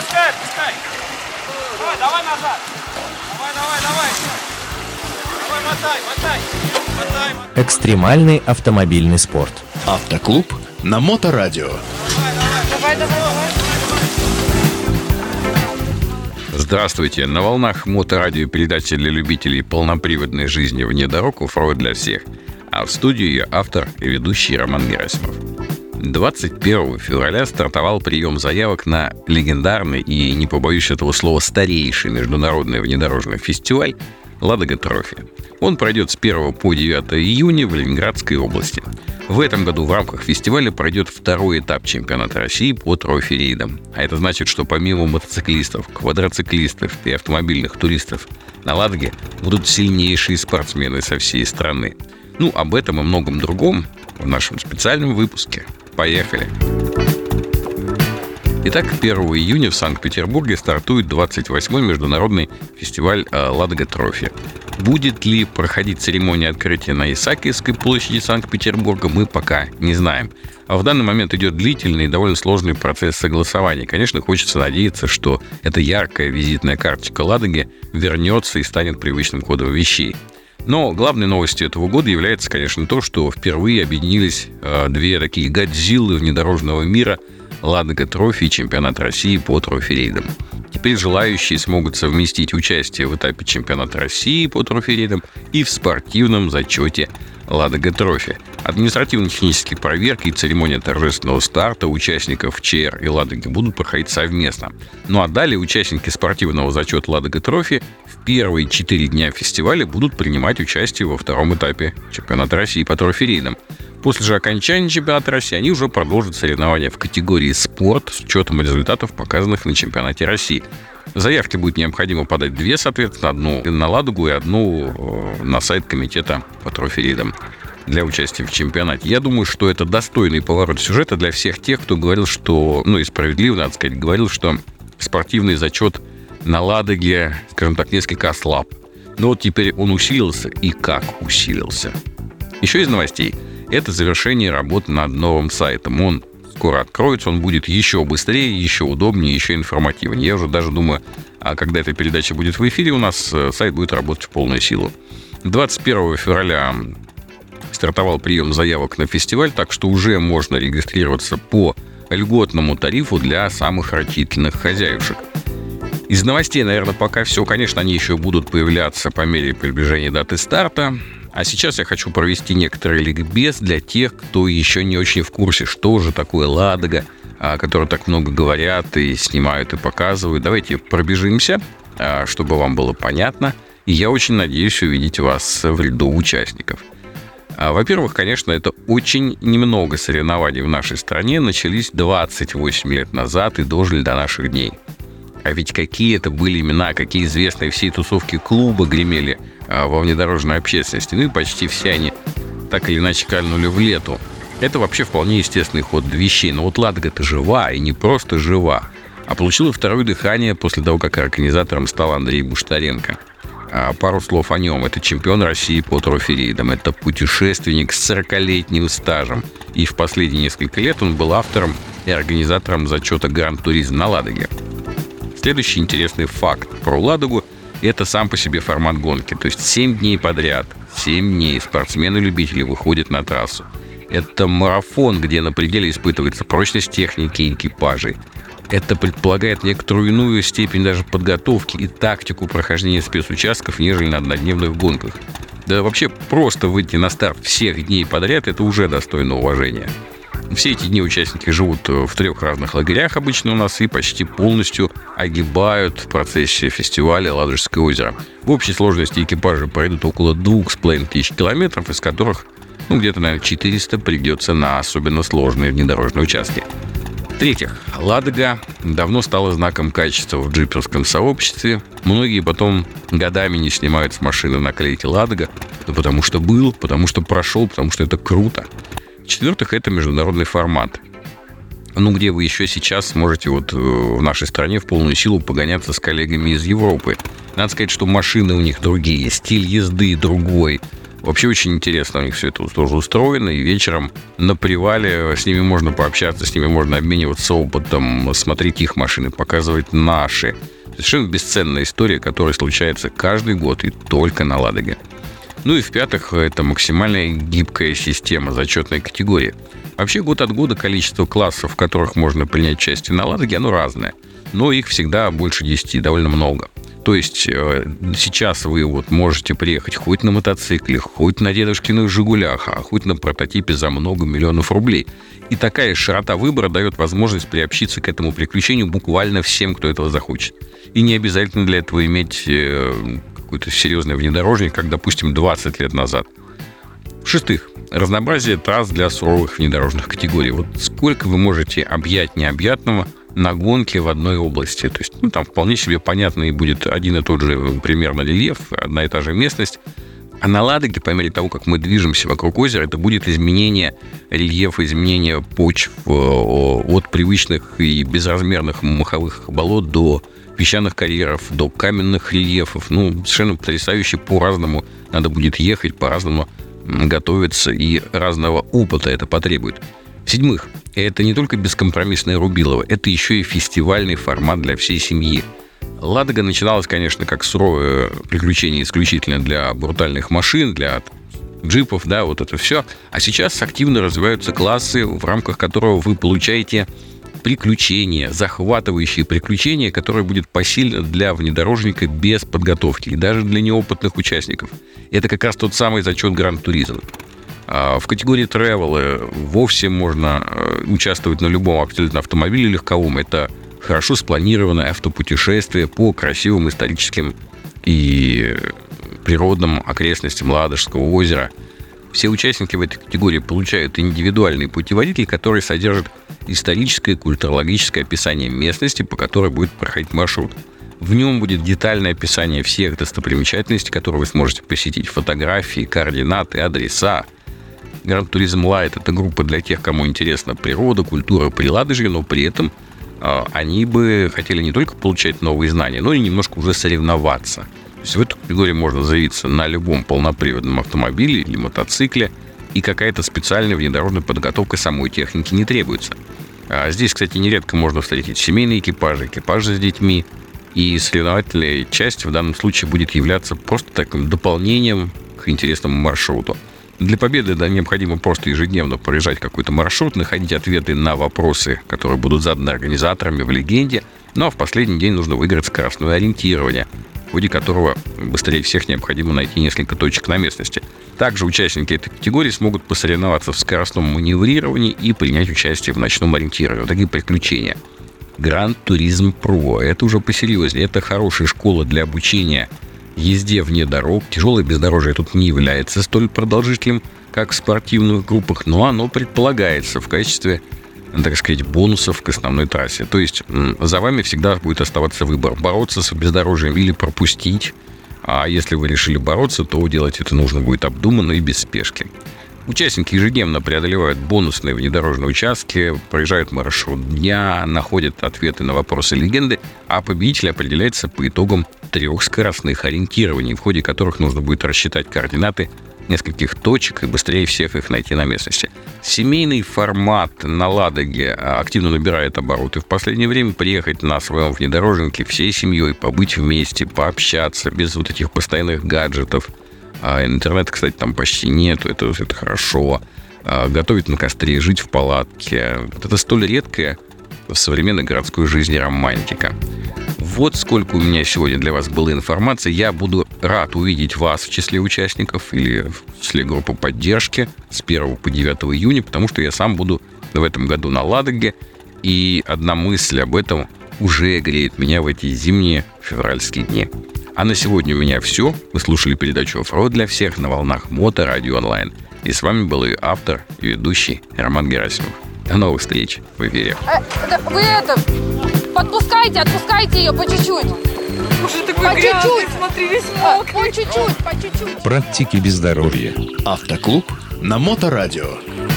Отпускай. Давай назад. Давай. Мотай. Экстремальный автомобильный спорт. Автоклуб на Моторадио. Давай. Здравствуйте! На волнах Моторадио передача для любителей полноприводной жизни вне дорог «Оффроуд для всех». А в студии ее автор и ведущий Роман Герасимов. 21 февраля стартовал прием заявок на легендарный и, не побоюсь этого слова, старейший международный внедорожный фестиваль «Ладога Трофи». Он пройдет с 1 по 9 июня в Ленинградской области. В этом году в рамках фестиваля пройдет второй этап чемпионата России по трофи-рейдам. А это значит, что помимо мотоциклистов, квадроциклистов и автомобильных туристов на Ладоге будут сильнейшие спортсмены со всей страны. Об этом и многом другом в нашем специальном выпуске. Поехали! Итак, 1 июня в Санкт-Петербурге стартует 28-й международный фестиваль «Ладога Трофи». Будет ли проходить церемония открытия на Исаакиевской площади Санкт-Петербурга, мы пока не знаем. А в данный момент идет длительный и довольно сложный процесс согласования. Конечно, хочется надеяться, что эта яркая визитная карточка Ладоги вернется и станет привычным ходом вещей. Но главной новостью этого года является, конечно, то, что впервые объединились две такие годзиллы внедорожного мира – «Ладога Трофи» и чемпионат России по трофи-рейдам. Теперь желающие смогут совместить участие в этапе чемпионата России по трофи-рейдам и в спортивном зачете «Ладога Трофи». Административно-технические проверки и церемония торжественного старта участников ЧР и «Ладоги» будут проходить совместно. А далее участники спортивного зачета «Ладога Трофи» в первые 4 дня фестиваля будут принимать участие во втором этапе чемпионата России по трофи-рейдам. После же окончания чемпионата России они уже продолжат соревнования в категории «Спорт» с учетом результатов, показанных на чемпионате России. Заявки будет необходимо подать 2, соответственно, одну на «Ладогу» и одну на сайт комитета по трофи-рейдам для участия в чемпионате. Я думаю, что это достойный поворот сюжета для всех тех, кто говорил, что, и справедливо, надо сказать, говорил, что спортивный зачет на «Ладоге», скажем так, несколько ослаб. Но теперь он усилился, и как усилился. Еще из новостей. Это завершение работ над новым сайтом. Он скоро откроется, он будет еще быстрее, еще удобнее, еще информативнее. Я уже даже думаю, когда эта передача будет в эфире, у нас сайт будет работать в полную силу. 21 февраля стартовал прием заявок на фестиваль, так что уже можно регистрироваться по льготному тарифу для самых рачительных хозяюшек. Из новостей, наверное, пока все. Конечно, они еще будут появляться по мере приближения даты старта. А сейчас я хочу провести некоторый ликбез для тех, кто еще не очень в курсе, что же такое «Ладога», о которой так много говорят и снимают, и показывают. Давайте пробежимся, чтобы вам было понятно. И я очень надеюсь увидеть вас в ряду участников. Во-первых, конечно, это очень немного соревнований в нашей стране. Начались 28 лет назад и дожили до наших дней. А ведь какие это были имена, какие известные всей тусовки клуба гремели во внедорожной общественности. И почти все они так или иначе кальнули в лету. Это вообще вполне естественный ход вещей. Но «Ладога»-то жива, и не просто жива, а получила второе дыхание после того, как организатором стал Андрей Буштаренко. Пару слов о нем. Это чемпион России по трофи-рейдам. Это путешественник с 40-летним стажем. И в последние несколько лет он был автором и организатором зачета «Гран-туризм» на «Ладоге». Следующий интересный факт про «Ладогу» – это сам по себе формат гонки. То есть 7 дней подряд, 7 дней спортсмены-любители выходят на трассу. Это марафон, где на пределе испытывается прочность техники и экипажей. Это предполагает некоторую иную степень даже подготовки и тактику прохождения спецучастков, нежели на однодневных гонках. Да вообще просто выйти на старт всех дней подряд – это уже достойно уважения. Все эти дни участники живут в 3 разных лагерях обычно у нас и почти полностью огибают в процессе фестиваля Ладожское озеро. В общей сложности экипажи пройдут около 2500 километров, из которых где-то, наверное, 400 придется на особенно сложные внедорожные участки. В-третьих, «Ладога» давно стала знаком качества в джиперском сообществе. Многие потом годами не снимают с машины наклейки «Ладога», потому что был, потому что прошел, потому что это круто. В-четвертых, это международный формат. Где вы еще сейчас сможете в нашей стране в полную силу погоняться с коллегами из Европы. Надо сказать, что машины у них другие, стиль езды другой. Вообще очень интересно у них все это тоже устроено, и вечером на привале с ними можно пообщаться, с ними можно обмениваться опытом, смотреть их машины, показывать наши. Совершенно бесценная история, которая случается каждый год и только на Ладоге. Ну и в-пятых, это максимальная гибкая система зачетной категории. Вообще год от года количество классов, в которых можно принять участие на Ладоге, оно разное. Но их всегда больше 10, довольно много. То есть сейчас вы вот можете приехать хоть на мотоцикле, хоть на дедушкиных «Жигулях», а хоть на прототипе за много миллионов рублей. И такая широта выбора дает возможность приобщиться к этому приключению буквально всем, кто этого захочет. И не обязательно для этого иметь какой-то серьезный внедорожник, как, допустим, 20 лет назад. В-шестых, разнообразие трасс для суровых внедорожных категорий. Вот сколько вы можете объять необъятного на гонке в одной области. То есть, там вполне себе понятно и будет один и тот же примерно рельеф, одна и та же местность. А на Ладоге, по мере того, как мы движемся вокруг озера, это будет изменение рельефа, изменение почв от привычных и безразмерных маховых болот до песчаных карьеров, до каменных рельефов. Совершенно потрясающе. По-разному надо будет ехать, по-разному готовиться, и разного опыта это потребует. В-седьмых, это не только бескомпромиссное рубилово, это еще и фестивальный формат для всей семьи. Ладога начиналась, конечно, как суровое приключение исключительно для брутальных машин, для джипов, да, вот это все. А сейчас активно развиваются классы, в рамках которого вы получаете приключения, захватывающие приключения, которые будет посильно для внедорожника без подготовки и даже для неопытных участников. Это как раз тот самый зачет Гран-туризма. В категории travel вовсе можно участвовать на любом абсолютно автомобиле легковом. Это хорошо спланированное автопутешествие по красивым историческим и природным окрестностям Ладожского озера. Все участники в этой категории получают индивидуальный путеводитель, который содержит историческое и культурологическое описание местности, по которой будет проходить маршрут. В нем будет детальное описание всех достопримечательностей, которые вы сможете посетить, фотографии, координаты, адреса. Grand Tourism Light — это группа для тех, кому интересна природа, культура Приладожья, но при этом они бы хотели не только получать новые знания, но и немножко уже соревноваться. То есть в эту категорию можно заявиться на любом полноприводном автомобиле или мотоцикле, и какая-то специальная внедорожная подготовка самой техники не требуется. Здесь, кстати, нередко можно встретить семейные экипажи, экипажи с детьми, и соревновательная часть в данном случае будет являться просто таким дополнением к интересному маршруту. Для победы необходимо просто ежедневно проезжать какой-то маршрут, находить ответы на вопросы, которые будут заданы организаторами в легенде, ну а в последний день нужно выиграть скоростное ориентирование, в ходе которого быстрее всех необходимо найти несколько точек на местности. Также участники этой категории смогут посоревноваться в скоростном маневрировании и принять участие в ночном ориентировании. Вот такие приключения. Grand Tourism Pro — это уже посерьезнее. Это хорошая школа для обучения езде вне дорог. Тяжелое бездорожье тут не является столь продолжительным, как в спортивных группах, но оно предполагается в качестве, так сказать, бонусов к основной трассе. То есть за вами всегда будет оставаться выбор: бороться с бездорожьем или пропустить. А если вы решили бороться, то делать это нужно будет обдуманно и без спешки. Участники ежедневно преодолевают бонусные внедорожные участки, проезжают маршрут дня, находят ответы на вопросы легенды, а победитель определяется по итогам 3 скоростных ориентирований, в ходе которых нужно будет рассчитать координаты нескольких точек и быстрее всех их найти на местности. Семейный формат на Ладоге активно набирает обороты в последнее время. Приехать на своем внедорожнике всей семьей, побыть вместе, пообщаться без вот этих постоянных гаджетов. Интернета, кстати, там почти нету, это хорошо. Готовить на костре, жить в палатке. Вот это столь редкая в современной городской жизни романтика. Вот сколько у меня сегодня для вас было информации. Я буду рад увидеть вас в числе участников или в числе группы поддержки с 1 по 9 июня, потому что я сам буду в этом году на Ладоге, и одна мысль об этом уже греет меня в эти зимние февральские дни. А на сегодня у меня все. Вы слушали передачу «Оффроуд для всех» на волнах Моторадио Онлайн. И с вами был ее автор и ведущий Роман Герасимов. До новых встреч в эфире. Вы отпускайте ее по чуть-чуть. Уже такой По грязный, чуть-чуть. смотри, весь мокрый. По чуть-чуть. Практики бездоровья. Автоклуб на Моторадио.